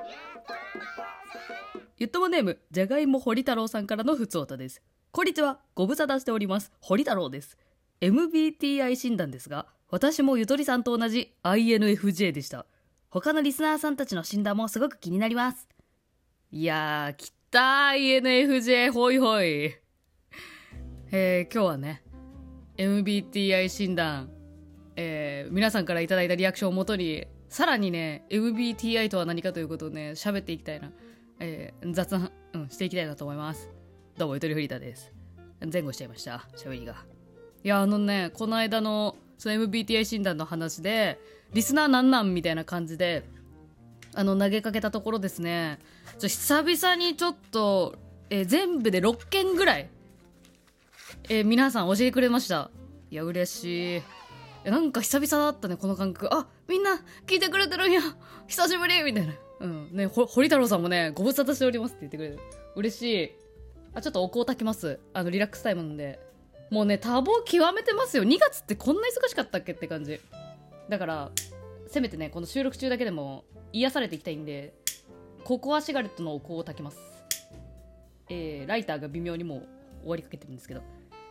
ゆっともネームじゃがいも堀太郎さんからのふつおたです。こんにちは、ご無沙汰しております、堀太郎です。 MBTI 診断ですが、私もゆとりさんと同じ INFJ でした。他のリスナーさんたちの診断もすごく気になります。いやー、きたー INFJ ほいほい。今日はね MBTI 診断、皆さんからいただいたリアクションをもとにさらにね MBTI とは何かということをね喋っていきたいな、雑談、していきたいなと思います。どうもゆとりフリーターです。前後しちゃいました喋りが。いやこの間のその MBTI 診断の話でリスナーなんみたいな感じで投げかけたところですね、久々にちょっと、全部で6件ぐらい、皆さん教えてくれました。いや嬉しい。なんか久々だったねこの感覚。あ、みんな聞いてくれてるんや、久しぶりみたいな。ね、堀太郎さんもねご無沙汰しておりますって言ってくれる。嬉しい。ちょっとお香炊きます。リラックスタイムなんで。もうね多忙極めてますよ。2月ってこんな忙しかったっけって感じだから、せめてねこの収録中だけでも癒されていきたいんで、ココアシガレットのお香を炊きます。ライターが微妙にもう終わりかけてるんですけど、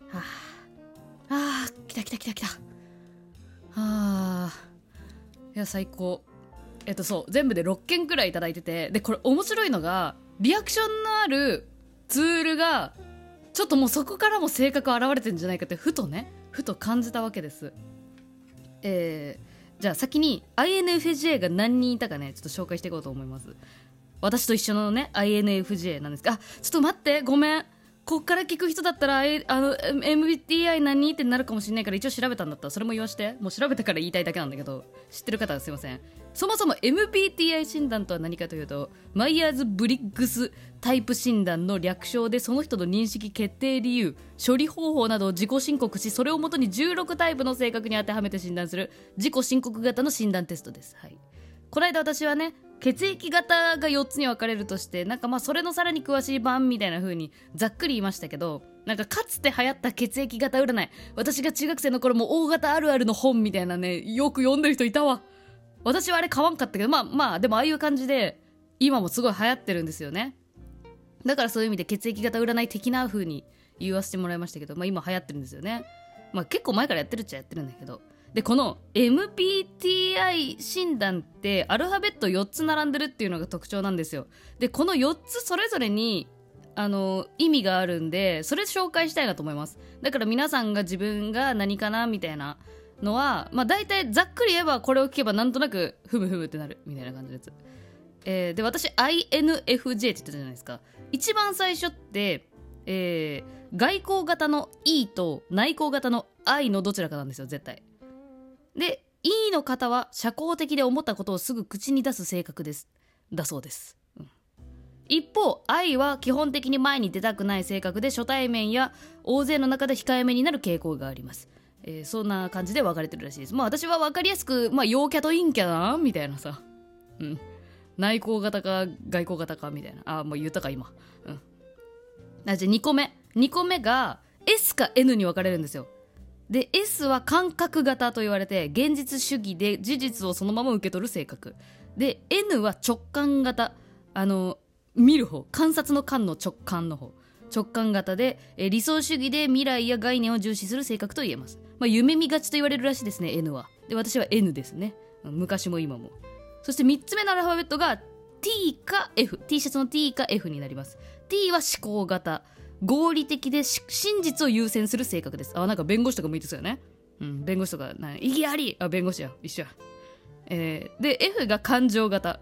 来たはあ、いや最高。そう全部で6件くらいいただいてて、でこれ面白いのがリアクションのあるツールがちょっともうそこからも性格現れてるんじゃないかってふと感じたわけです。じゃあ先に INFJ が何人いたかねちょっと紹介していこうと思います。私と一緒のね INFJ なんですが、ちょっと待って、ごめん、こっから聞く人だったらMBTI 何ってなるかもしれないから、一応調べたんだったらそれも言わして。もう調べたから言いたいだけなんだけど、知ってる方はすいません。そもそも MBTI 診断とは何かというと、マイヤーズ・ブリッグスタイプ診断の略称で、その人の認識、決定理由、処理方法などを自己申告し、それをもとに16タイプの性格に当てはめて診断する自己申告型の診断テストです。はい。この間私はね血液型が4つに分かれるとして、それのさらに詳しい版みたいな風にざっくり言いましたけど、かつて流行った血液型占い、私が中学生の頃も大型あるあるの本みたいなね、よく読んでる人いたわ。私はあれ買わんかったけど、でもああいう感じで今もすごい流行ってるんですよね。だからそういう意味で血液型占い的な風に言わせてもらいましたけど、今流行ってるんですよね。結構前からやってるっちゃやってるんだけど、でこの MBTI 診断ってアルファベット4つ並んでるっていうのが特徴なんですよ。でこの4つそれぞれに意味があるんで、それ紹介したいなと思います。だから皆さんが自分が何かなみたいなのは、大体ざっくり言えばこれを聞けばなんとなくふむってなるみたいな感じのやつ。で私 INFJ って言ったじゃないですか。一番最初って、外向型の E と内向型の I のどちらかなんですよ絶対で。 E の方は社交的で思ったことをすぐ口に出す性格ですだそうです、一方 I は基本的に前に出たくない性格で、初対面や大勢の中で控えめになる傾向があります。そんな感じで分かれてるらしいです。私は分かりやすく、陽キャと陰キャだなみたいなさ、内向型か外向型かみたいな。もう言ったか今。じゃあ2個目が S か N に分かれるんですよ。で S は感覚型と言われて、現実主義で事実をそのまま受け取る性格で、 N は直感型、見る方、観察の観の直感の方、直感型で、理想主義で未来や概念を重視する性格と言えます。夢見がちと言われるらしいですね N は。で私は N ですね、昔も今も。そして3つ目のアルファベットが T か F、 T シャツの T か F になります。 T は思考型、合理的で真実を優先する性格です。なんか弁護士とかもいいですよね。弁護士とか意義あり、弁護士や一緒や。で F が感情型、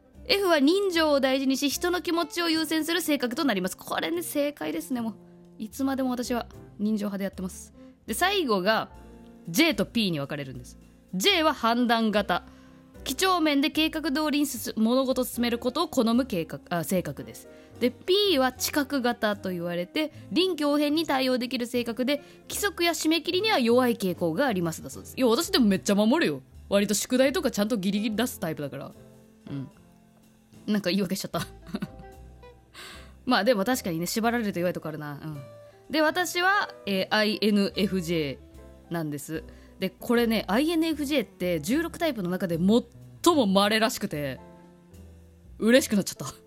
F は人情を大事にし人の気持ちを優先する性格となります。これね正解ですね。もういつまでも私は人情派でやってます。で最後が J と P に分かれるんです。 J は判断型、几帳面で計画通りに物事を進めることを好む性格です。で P は知覚型と言われて、臨機応変に対応できる性格で、規則や締め切りには弱い傾向がありますだそうです。いや私でもめっちゃ守るよ。割と宿題とかちゃんとギリギリ出すタイプだから。なんか言い訳しちゃったでも確かにね縛られると弱いとこあるな。で私は、INFJ なんです。でこれね INFJ って16タイプの中で最も稀らしくて、 嬉しくなっちゃった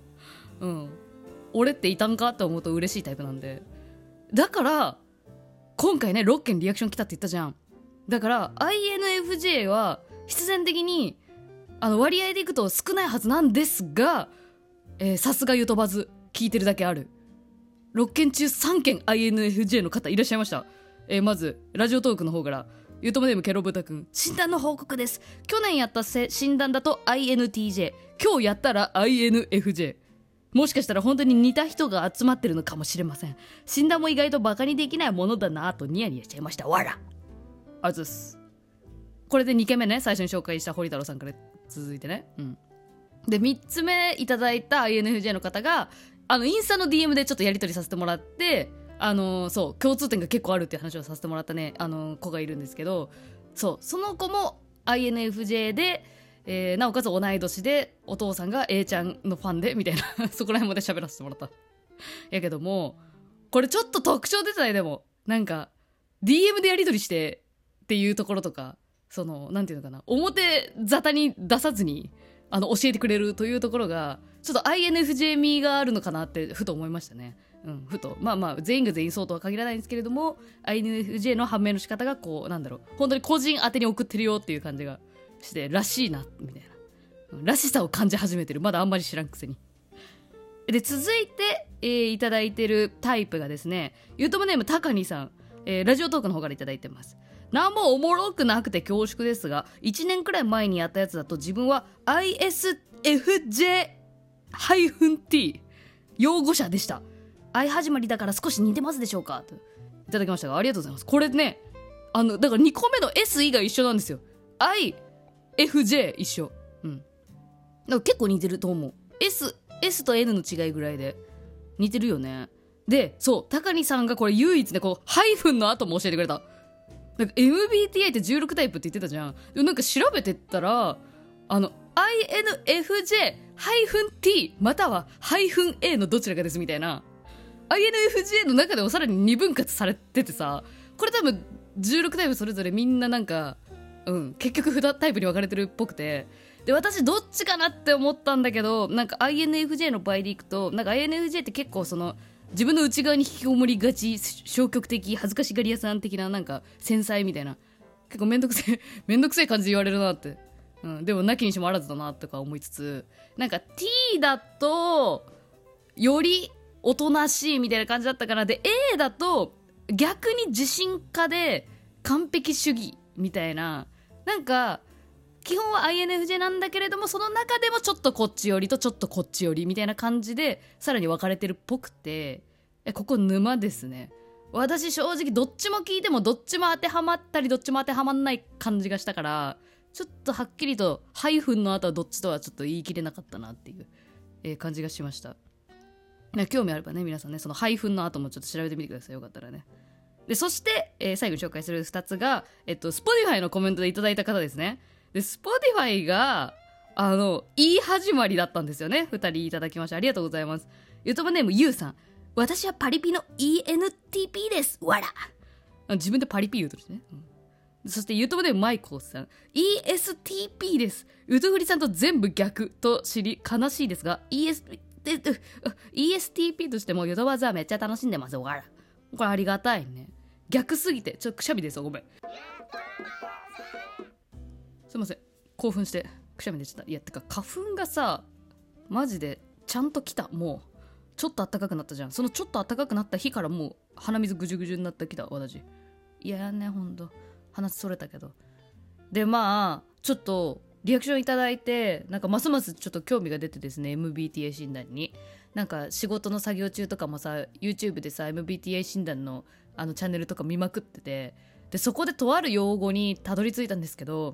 俺っていたんかって思うと嬉しいタイプなんで、だから今回ね6件リアクション来たって言ったじゃん。だから INFJ は必然的に割合でいくと少ないはずなんですが、さすがゆとばず聞いてるだけある。6件中3件 INFJ の方いらっしゃいました。まずラジオトークの方からゆともネームケロブタくん、診断の報告です。去年やった診断だと INTJ、 今日やったら INFJ。 もしかしたら本当に似た人が集まってるのかもしれません。診断も意外とバカにできないものだなとニヤニヤしちゃいました。わらあずす。これで2件目ね、最初に紹介した堀太郎さんから続いてね、で3つ目いただいた INFJ の方がインスタの DM でちょっとやり取りさせてもらって、そう共通点が結構あるっていう話をさせてもらったね子がいるんですけど、その子も INFJ で、なおかつ同い年でお父さんが A ちゃんのファンでみたいなそこら辺まで喋らせてもらったやけども、これちょっと特徴出てない？でもなんか DM でやり取りしてっていうところとか、なんていうのかな、表沙汰に出さずに教えてくれるというところがちょっと INFJ 味があるのかなってふと思いましたね。ふとまあ全員が全員そうとは限らないんですけれども、 INFJ の判明の仕方がこうなんだろう、本当に個人宛てに送ってるよっていう感じがしてらしいなみたいな、らしさを感じ始めてる。まだあんまり知らんくせに。で続いて、いただいてるタイプがですね、ゆともネームたかにさん、ラジオトークの方からいただいてます。なんもおもろくなくて恐縮ですが、1年くらい前にやったやつだと自分は ISFJ-T 擁護者でした。I 始まりだから少し似てますでしょうかといただきましたが、ありがとうございます。これねだから2個目の S 以外一緒なんですよ。 IFJ 一緒。だから結構似てると思う。 S と N の違いぐらいで似てるよね。でそう高にさんがこれ唯一ねこうハイフンの後も教えてくれた。なんか MBTI って16タイプって言ってたじゃん。でもなんか調べてったらINFJ-T または -A のどちらかですみたいな INFJ の中でもさらに2分割されててさ、これ多分16タイプそれぞれみんななんか結局2タイプに分かれてるっぽくて、で私どっちかなって思ったんだけど、なんか INFJ の場合でいくとなんか INFJ って結構自分の内側に引きこもりがち、消極的、恥ずかしがり屋さん的な、なんか繊細みたいな、結構めんどくせえ感じで言われるなって、でもなきにしもあらずだなとか思いつつ、なんか T だとよりおとなしいみたいな感じだったから、で A だと逆に自信家で完璧主義みたいな、なんか基本は INFJ なんだけれども、その中でもちょっとこっち寄りとちょっとこっち寄りみたいな感じでさらに分かれてるっぽくて、ここ沼ですね。私正直どっちも聞いてもどっちも当てはまったりどっちも当てはまんない感じがしたから、ちょっとはっきりとハイフンの後はどっちとはちょっと言い切れなかったなっていう、感じがしました。興味あればね皆さんね、そのハイフンの後もちょっと調べてみてください、よかったらね。でそして、最後に紹介する2つが、Spotify のコメントでいただいた方ですね。で Spotify がいい始まりだったんですよね。2人いただきました。ありがとうございます。ゆとばネームゆうさん、私はパリピの ENTP です。わら。自分でパリピ言うとるしね、そしてゆとばネームマイコーさん、 ESTP です。うとふりさんと全部逆と知り悲しいですが ESTP としてもゆとばずはめっちゃ楽しんでます。わら。これありがたいね。逆すぎてちょっとくしゃみですよ、ごめん。すいません、興奮してくしゃみ出ちゃった。いやてか花粉がさマジでちゃんと来た。もうちょっと暖かくなったじゃん。そのちょっと暖かくなった日からもう鼻水ぐじゅぐじゅになってきた私。いやね、ほんと話それたけど、でまあちょっとリアクションいただいて、なんかますますちょっと興味が出てですね、 MBTI 診断に。なんか仕事の作業中とかもさ YouTube でさ MBTI 診断のチャンネルとか見まくってて、でそこでとある用語にたどり着いたんですけど、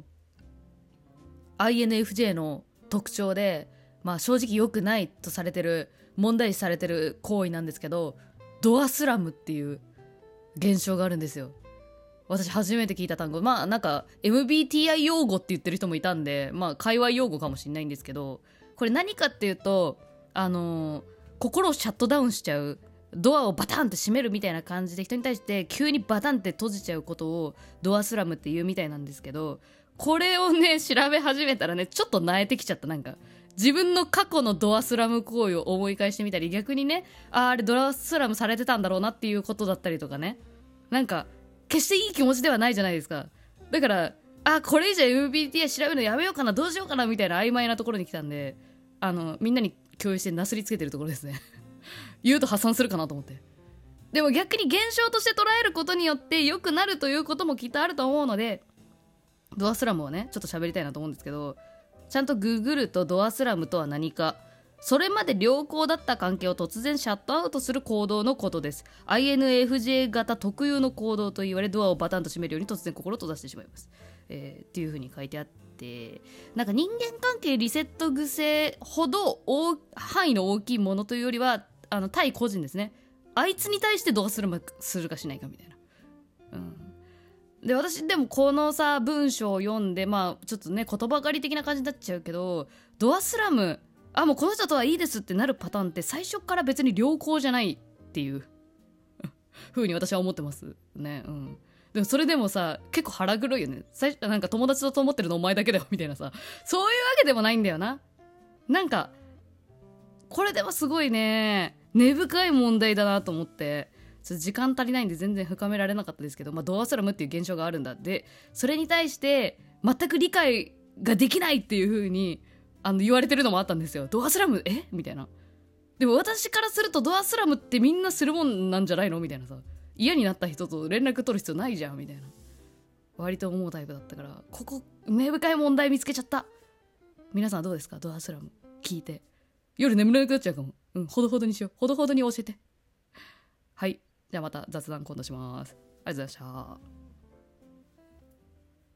INFJ の特徴で、まあ正直良くないとされてる、問題視されてる行為なんですけど、ドアスラムっていう現象があるんですよ。私初めて聞いた単語。まあなんか MBTI 用語って言ってる人もいたんで、まあ界隈用語かもしれないんですけど、これ何かっていうと心をシャットダウンしちゃう、ドアをバタンって閉めるみたいな感じで人に対して急にバタンって閉じちゃうことをドアスラムって言うみたいなんですけど、これをね調べ始めたらねちょっと萎えてきちゃった。なんか自分の過去のドアスラム行為を思い返してみたり、逆にね、あれドアスラムされてたんだろうなっていうことだったりとかね、なんか決していい気持ちではないじゃないですか。だからこれ以上 MBTI 調べるのやめようかな、どうしようかなみたいな曖昧なところに来たんで、みんなに共有してなすりつけてるところですね言うと破産するかなと思って。でも逆に現象として捉えることによって良くなるということもきっとあると思うので、ドアスラムをねちょっと喋りたいなと思うんですけど、ちゃんとググるとドアスラムとは何か、それまで良好だった関係を突然シャットアウトする行動のことです。 INFJ 型特有の行動と言われ、ドアをバタンと閉めるように突然心を閉ざしてしまいます、っていう風に書いてあって、なんか人間関係リセット癖ほど範囲の大きいものというよりは対個人ですね。あいつに対してドアスラムするかしないかみたいな。で私でもこのさ文章を読んで、まあちょっとね言葉狩り的な感じになっちゃうけど、ドアスラムもうこの人とはいいですってなるパターンって最初から別に良好じゃないっていう風に私は思ってますね。でもそれでもさ結構腹黒いよね。なんか友達と思ってるのお前だけだよみたいなさ、そういうわけでもないんだよな。なんかこれでもすごいね根深い問題だなと思って、ちょっと時間足りないんで全然深められなかったですけど、ドアスラムっていう現象があるんだ。でそれに対して全く理解ができないっていう風に言われてるのもあったんですよ。ドアスラムみたいな。でも私からするとドアスラムってみんなするもんなんじゃないのみたいなさ、嫌になった人と連絡取る必要ないじゃんみたいな、割と思うタイプだったから、ここ根深い問題見つけちゃった。皆さんどうですか？ドアスラム聞いて夜眠れなくなっちゃうかも。ほどほどにしよう。ほどほどに教えて。はい、じゃあまた雑談今度します。ありがとうございました。